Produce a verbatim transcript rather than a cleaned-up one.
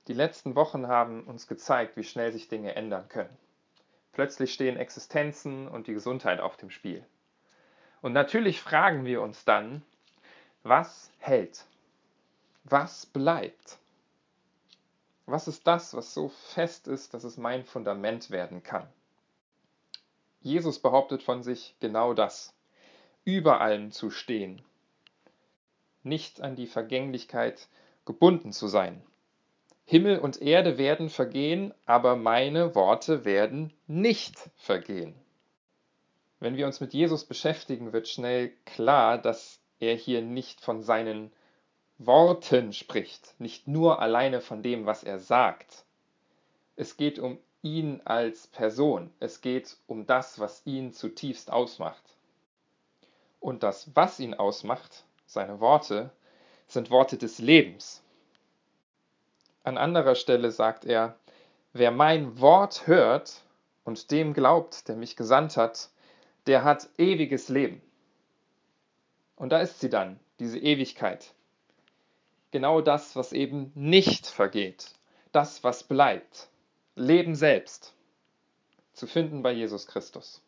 Die letzten Wochen haben uns gezeigt, wie schnell sich Dinge ändern können. Plötzlich stehen Existenzen und die Gesundheit auf dem Spiel. Und natürlich fragen wir uns dann, was hält? Was bleibt? Was ist das, was so fest ist, dass es mein Fundament werden kann? Jesus behauptet von sich genau das, über allem zu stehen, nicht an die Vergänglichkeit gebunden zu sein. Himmel und Erde werden vergehen, aber meine Worte werden nicht vergehen. Wenn wir uns mit Jesus beschäftigen, wird schnell klar, dass er hier nicht von seinen Worten spricht, nicht nur alleine von dem, was er sagt. Es geht um ihn als Person, es geht um das, was ihn zutiefst ausmacht. Und das, was ihn ausmacht, seine Worte, sind Worte des Lebens. An anderer Stelle sagt er, wer mein Wort hört und dem glaubt, der mich gesandt hat, der hat ewiges Leben. Und da ist sie dann, diese Ewigkeit. Genau das, was eben nicht vergeht. Das, was bleibt. Leben selbst. Zu finden bei Jesus Christus.